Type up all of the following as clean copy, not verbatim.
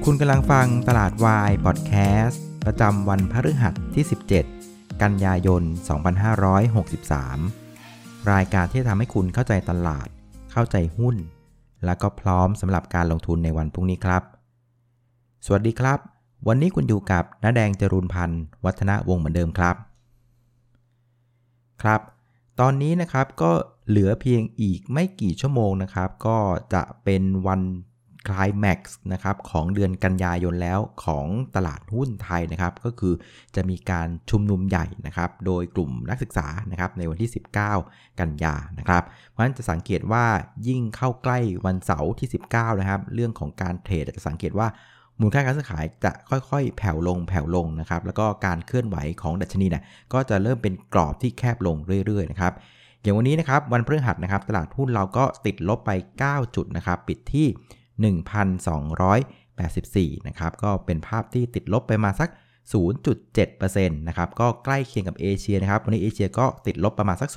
คุณกำลังฟังตลาดวายพอดแคสต์ประจำวันพฤหัสที่17กันยายน2563รายการที่จะทำให้คุณเข้าใจตลาดเข้าใจหุ้นและก็พร้อมสำหรับการลงทุนในวันพรุ่งนี้ครับสวัสดีครับวันนี้คุณอยู่กับน้าแดงจรูนพันธ์วัฒนวงศ์เหมือนเดิมครับครับตอนนี้นะครับก็เหลือเพียงอีกไม่กี่ชั่วโมงนะครับก็จะเป็นวันไคลแม็กซ์นะครับของเดือนกันยายนแล้วของตลาดหุ้นไทยนะครับก็คือจะมีการชุมนุมใหญ่นะครับโดยกลุ่มนักศึกษานะครับในวันที่19กันยานะครับเพราะฉะนั้นจะสังเกตว่ายิ่งเข้าใกล้วันเสาร์ที่19นะครับเรื่องของการเทรดจะสังเกตว่ามูลค่าการซื้อขายจะค่อยๆแผ่วลงนะครับแล้วก็การเคลื่อนไหวของดัชนีเนี่ยก็จะเริ่มเป็นกรอบที่แคบลงเรื่อยๆนะครับอย่างวันนี้นะครับวันพฤหัสนะครับตลาดหุ้นเราก็ติดลบไป9จุดนะครับปิดที่ 1,284 นะครับก็เป็นภาพที่ติดลบไปมาสัก 0.7% นะครับก็ใกล้เคียงกับเอเชียนะครับวันนี้เอเชียก็ติดลบประมาณสัก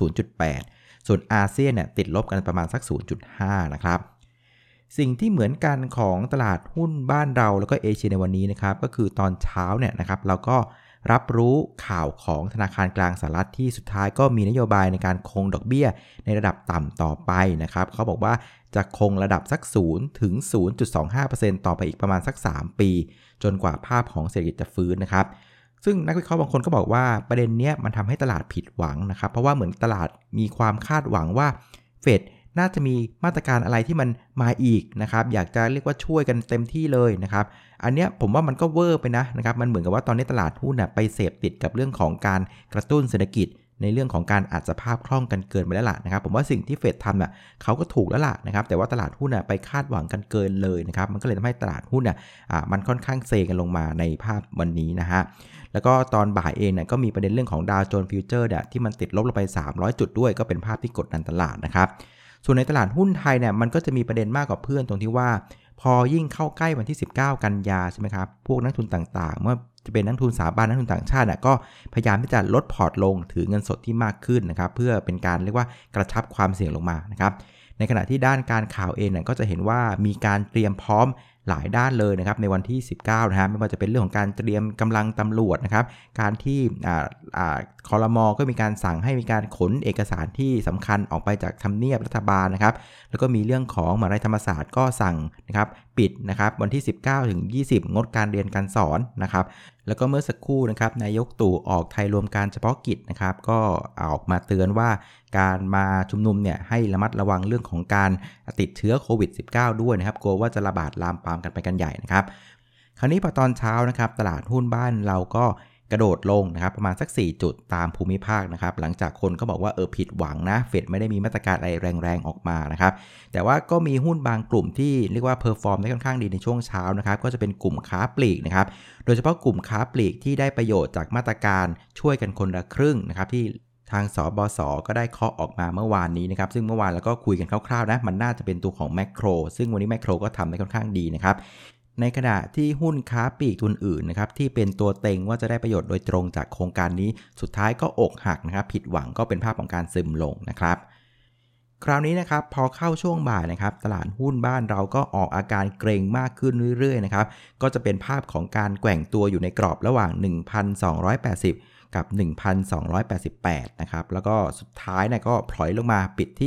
0.8 ส่วนอาเซียนเนี่ยติดลบกันประมาณสัก 0.5 นะครับสิ่งที่เหมือนกันของตลาดหุ้นบ้านเราแล้วก็เอเชียในวันนี้นะครับก็คือตอนเช้าเนี่ยนะครับเราก็รับรู้ข่าวของธนาคารกลางสหรัฐที่สุดท้ายก็มีนโยบายในการคงดอกเบี้ยในระดับต่ำต่อไปนะครับเขาบอกว่าจะคงระดับสัก0ถึง 0.25% ต่อไปอีกประมาณสัก3ปีจนกว่าภาพของเศรษฐกิจจะฟื้นนะครับซึ่งนักวิเคราะห์บางคนก็บอกว่าประเด็นเนี้ยมันทำให้ตลาดผิดหวังนะครับเพราะว่าเหมือนตลาดมีความคาดหวังว่าเฟดน่าจะมีมาตรการอะไรที่มันมาอีกนะครับอยากจะเรียกว่าช่วยกันเต็มที่เลยนะครับอันเนี้ยผมว่ามันก็เวอร์ไปนะครับมันเหมือนกับว่าตอนนี้ตลาดหุ้นไปเสพติดกับเรื่องของการกระตุ้นเศรษฐกิจในเรื่องของการอัดสภาพคล่องกันเกินไปแล้วล่ะนะครับผมว่าสิ่งที่เฟดทำเขาก็ถูกแล้วล่ะนะครับแต่ว่าตลาดหุ้นไปคาดหวังกันเกินเลยนะครับมันก็เลยทำให้ตลาดหุ้นมันค่อนข้างเซกันลงมาในภาพวันนี้นะฮะแล้วก็ตอนบ่ายเองก็มีประเด็นเรื่องของดาวโจนส์ฟิวเจอร์ที่มันติดลบลงไป300จุดด้วยก็เป็นภาพที่กดดันตลาดนะครับส่วนในตลาดหุ้นไทยมันก็จะมีประเด็นมากกว่าเพื่อนตรงที่ว่าพอยิ่งเข้าใกล้วันที่19กันยาใช่ไหมครับพวกนักทุนต่างๆเมื่อจะเป็นนักทุนสถาบันนักทุนต่างชาติก็พยายามที่จะลดพอร์ตลงถือเงินสดที่มากขึ้นนะครับเพื่อเป็นการเรียกว่ากระชับความเสี่ยงลงมานะครับในขณะที่ด้านการข่าวเองก็จะเห็นว่ามีการเตรียมพร้อมหลายด้านเลยนะครับในวันที่19นะฮะไม่ว่าจะเป็นเรื่องของการเตรียมกำลังตำรวจนะครับการที่ครม.ก็มีการสั่งให้มีการขนเอกสารที่สำคัญออกไปจากทำเนียบรัฐบาลนะครับแล้วก็มีเรื่องของมหาวิทยาลัยธรรมศาสตร์ก็สั่งนะครับปิดนะครับวันที่19ถึง20งดการเรียนการสอนนะครับแล้วก็เมื่อสักครู่นะครับนายกตู่ออกไทยรวมการเฉพาะกิจนะครับก็ออกมาเตือนว่าการมาชุมนุมให้ระมัดระวังเรื่องของการติดเชื้อโควิด -19 ด้วยนะครับกลัวว่าจะระบาดลามปามกันไปกันใหญ่นะครับคราวนี้พอตอนเช้านะครับตลาดหุ้นบ้านเราก็กระโดดลงนะครับประมาณสัก4จุดตามภูมิภาคนะครับหลังจากคนก็บอกว่าผิดหวังนะเฟดไม่ได้มีมาตรการอะไรแรงๆออกมานะครับแต่ว่าก็มีหุ้นบางกลุ่มที่เรียกว่าเพอร์ฟอร์มได้ค่อนข้างดีในช่วงเช้านะครับก็จะเป็นกลุ่มค้าปลีกนะครับโดยเฉพาะกลุ่มค้าปลีกที่ได้ประโยชน์จากมาตรการช่วยกันคนละครึ่งนะครับที่ทางสบส.ก็ได้เคาะออกมาเมื่อวานนี้นะครับซึ่งเมื่อวานเราก็คุยกันคร่าวๆนะมันน่าจะเป็นตัวของแมคโครซึ่งวันนี้แมคโครก็ทำได้ค่อนข้างดีนะครับในขณะที่หุ้นค้าปลีกทุนอื่นนะครับที่เป็นตัวเต็งว่าจะได้ประโยชน์โดยตรงจากโครงการนี้สุดท้ายก็อกหักนะครับผิดหวังก็เป็นภาพของการซึมลงนะครับคราวนี้นะครับพอเข้าช่วงบ่ายนะครับตลาดหุ้นบ้านเราก็ออกอาการเกรงมากขึ้นเรื่อยๆนะครับก็จะเป็นภาพของการแกว่งตัวอยู่ในกรอบระหว่าง 1,280 กับ 1,288 นะครับแล้วก็สุดท้ายก็พลอยลงมาปิดที่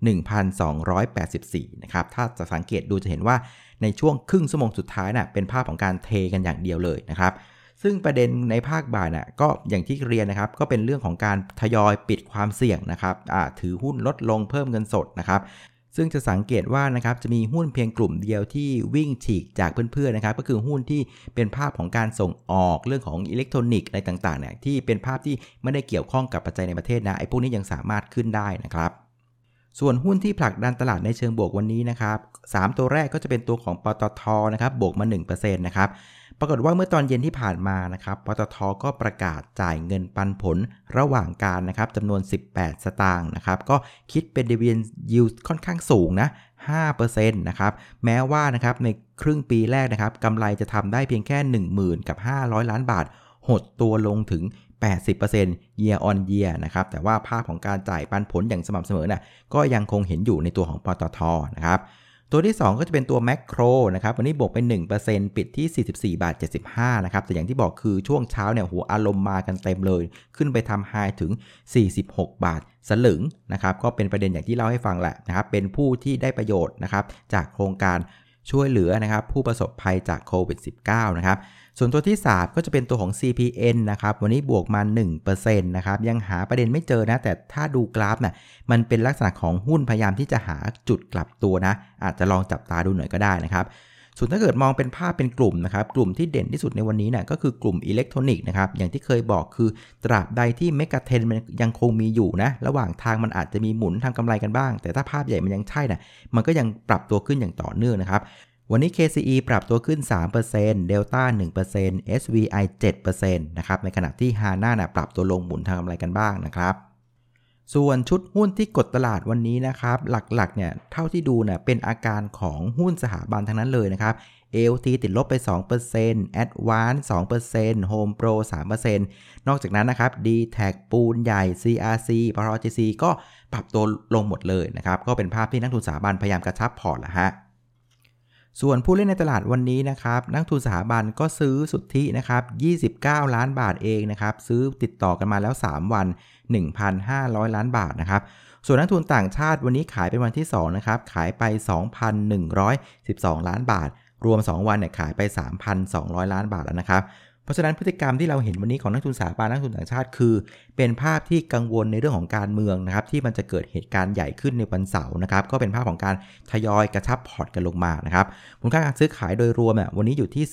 1,284 นะครับถ้าจะสังเกตดูจะเห็นว่าในช่วงครึ่งชั่วโมงสุดท้ายเป็นภาพของการเทกันอย่างเดียวเลยนะครับซึ่งประเด็นในภาคบ่ายก็อย่างที่เรียนนะครับก็เป็นเรื่องของการทยอยปิดความเสี่ยงนะครับถือหุ้นลดลงเพิ่มเงินสดนะครับซึ่งจะสังเกตว่านะครับจะมีหุ้นเพียงกลุ่มเดียวที่วิ่งฉีกจากเพื่อนๆนะครับก็คือหุ้นที่เป็นภาพของการส่งออกเรื่องของอิเล็กทรอนิกส์อะไรต่างๆที่เป็นภาพที่ไม่ได้เกี่ยวข้องกับปัจจัยในประเทศนะไอ้พวกนี้ยังสามารถขึ้นได้นะครับส่วนหุ้นที่ผลักดันตลาดในเชิงบวกวันนี้นะครับ3ตัวแรกก็จะเป็นตัวของปตท.นะครับบวกมา 1% นะครับปรากฏว่าเมื่อตอนเย็นที่ผ่านมานะครับปตท.ก็ประกาศจ่ายเงินปันผลระหว่างการนะครับจำนวน18สตางค์นะครับก็คิดเป็น dividend yield ค่อนข้างสูงนะ 5% นะครับแม้ว่านะครับในครึ่งปีแรกนะครับกำไรจะทำได้เพียงแค่ 10,500 ล้านบาทหดตัวลงถึง 80% year on year นะครับแต่ว่าภาพของการจ่ายปันผลอย่างสม่ำเสมอก็ยังคงเห็นอยู่ในตัวของปตท.นะครับตัวที่2ก็จะเป็นตัวแมคโครนะครับวันนี้บวกไป 1% ปิดที่44.75 นะครับแต่อย่างที่บอกคือช่วงเช้าเนี่ยอารมณ์มากันเต็มเลยขึ้นไปทำไฮถึง46 บาทสลึงนะครับก็เป็นประเด็นอย่างที่เล่าให้ฟังแหละนะครับเป็นผู้ที่ได้ประโยชน์นะครับจากโครงการช่วยเหลือนะครับผู้ประสบภัยจากโควิด -19 นะครับส่วนตัวที่3ก็จะเป็นตัวของ CPN นะครับวันนี้บวกมา 1% นะครับยังหาประเด็นไม่เจอนะแต่ถ้าดูกราฟน่ะมันเป็นลักษณะของหุ้นพยายามที่จะหาจุดกลับตัวนะอาจจะลองจับตาดูหน่อยก็ได้นะครับส่วนถ้าเกิดมองเป็นภาพเป็นกลุ่มนะครับกลุ่มที่เด่นที่สุดในวันนี้น่ะก็คือกลุ่มอิเล็กทรอนิกส์นะครับอย่างที่เคยบอกคือตราบใดที่เมกะเทรนด์มันยังคงมีอยู่นะระหว่างทางมันอาจจะมีหมุนทำกำไรกันบ้างแต่ถ้าภาพใหญ่มันยังใช่น่ะมันก็ยังปรับตัวขึ้นอย่างต่อเนื่องนะครับวันนี้ KCE ปรับตัวขึ้น 3% Delta 1% SVI 7% นะครับในขณะที่ HANA น่ะปรับตัวลงหมุนทางกำไรกันบ้างนะครับส่วนชุดหุ้นที่กดตลาดวันนี้นะครับหลักๆเนี่ยเท่าที่ดูเนี่ยเป็นอาการของหุ้นสถาบันทั้งนั้นเลยนะครับ ALT ติดลบไป 2% Advance 2% Home Pro 3% นอกจากนั้นนะครับ DTAC ปูนใหญ่ CRC ปตท. GC ก็ปรับตัวลงหมดเลยนะครับก็เป็นภาพที่นักทุนสถาบันพยายามกระชับพอร์ตละฮะส่วนผู้เล่นในตลาดวันนี้นะครับนักทุนสถาบันก็ซื้อสุทธินะครับ29 ล้านบาทเองนะครับซื้อติดต่อกันมาแล้ว3วัน 1,500 ล้านบาทนะครับส่วนนักทุนต่างชาติวันนี้ขายเป็นวันที่2นะครับขายไป 2,112 ล้านบาทรวม2วันเนี่ยขายไป 3,200 ล้านบาทแล้วนะครับเพราะฉะนั้นพฤติกรรมที่เราเห็นวันนี้ของนักทุนสถาบันนักทุนต่างชาติคือเป็นภาพที่กังวลในเรื่องของการเมืองนะครับที่มันจะเกิดเหตุการณ์ใหญ่ขึ้นในวันเสาร์นะครับก็เป็นภาพของการทยอยกระชับพอร์ตกันลงมานะครับมูลค่าการซื้อขายโดยรวมวันนี้อยู่ที่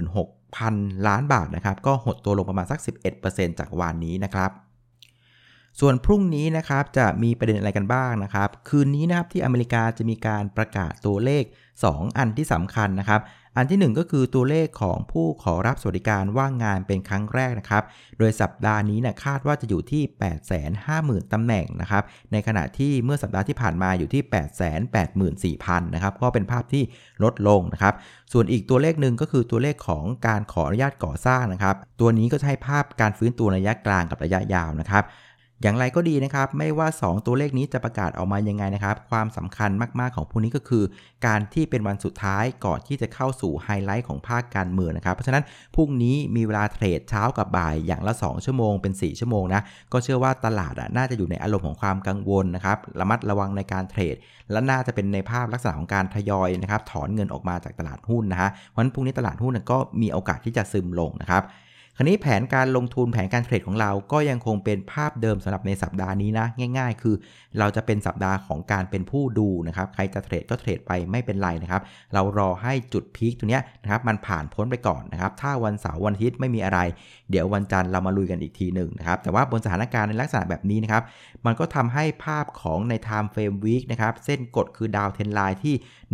46,000 ล้านบาทนะครับก็หดตัวลงประมาณสัก 11% จากวันนี้นะครับส่วนพรุ่งนี้นะครับจะมีประเด็นอะไรกันบ้างนะครับคืนนี้นะครับที่อเมริกาจะมีการประกาศตัวเลข2อันที่สำคัญนะครับอันที่1ก็คือตัวเลขของผู้ขอรับสวัสดิการว่างงานเป็นครั้งแรกนะครับโดยสัปดาห์นี้คาดว่าจะอยู่ที่ 850,000 ตำแหน่งนะครับในขณะที่เมื่อสัปดาห์ที่ผ่านมาอยู่ที่ 884,000 นะครับก็เป็นภาพที่ลดลงนะครับส่วนอีกตัวเลขหนึ่งก็คือตัวเลขของการขออนุญาตก่อสร้างนะครับตัวนี้ก็จะให้ภาพการฟื้นตัวระยะกลางกับระยะยาวนะครับอย่างไรก็ดีนะครับไม่ว่า2ตัวเลขนี้จะประกาศออกมายังไงนะครับความสำคัญมากๆของพวกนี้ก็คือการที่เป็นวันสุดท้ายก่อนที่จะเข้าสู่ไฮไลท์ของภาคการเมืองนะครับเพราะฉะนั้นพรุ่งนี้มีเวลาเทรดเช้ากับบ่ายอย่างละ2ชั่วโมงเป็น4ชั่วโมงนะก็เชื่อว่าตลาดน่าจะอยู่ในอารมณ์ของความกังวลนะครับระมัดระวังในการเทรดและน่าจะเป็นในภาพลักษณะของการทยอยนะครับถอนเงินออกมาจากตลาดหุ้นนะฮะเพราะฉะนั้นพรุ่งนี้ตลาดหุ้นก็มีโอกาสที่จะซึมลงนะครับคราวนี้แผนการลงทุนแผนการเทรดของเราก็ยังคงเป็นภาพเดิมสำหรับในสัปดาห์นี้นะง่ายๆคือเราจะเป็นสัปดาห์ของการเป็นผู้ดูนะครับใครจะเทรดก็เทรดไปไม่เป็นไรนะครับเรารอให้จุดพีคตัวเนี้ยนะครับมันผ่านพ้นไปก่อนนะครับถ้าวันเสาร์วันอาทิตย์ไม่มีอะไรเดี๋ยววันจันทร์เรามาลุยกันอีกทีหนึ่งนะครับแต่ว่าบนสถานการณ์ในลักษณะแบบนี้นะครับมันก็ทำให้ภาพของใน Time Frame Week นะครับเส้นกดคือดาวเทรนไลน์ที่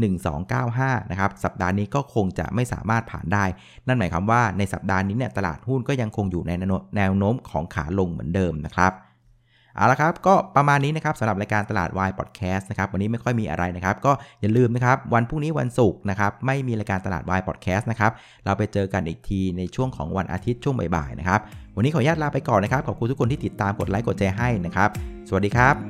1295นะครับสัปดาห์นี้ก็คงจะไม่สามารถผ่านได้นั่นหมายความว่าในสัปดาห์นี้เนี่ยตลาดหุ้นก็ยังคงอยู่ในแนวโน้มของขาลงเหมือนเดิมนะครับเอาละครับก็ประมาณนี้นะครับสำหรับรายการตลาดวายพอดแคสต์นะครับวันนี้ไม่ค่อยมีอะไรนะครับก็อย่าลืมนะครับวันพรุ่งนี้วันศุกร์นะครับไม่มีรายการตลาดวายพอดแคสต์นะครับเราไปเจอกันอีกทีในช่วงของวันอาทิตย์ช่วงบ่ายๆนะครับวันนี้ขออนุญาตลาไปก่อนนะครับขอบคุณทุกคนที่ติดตามกดไลค์กดแชร์ให้นะครับสวัสดีครับ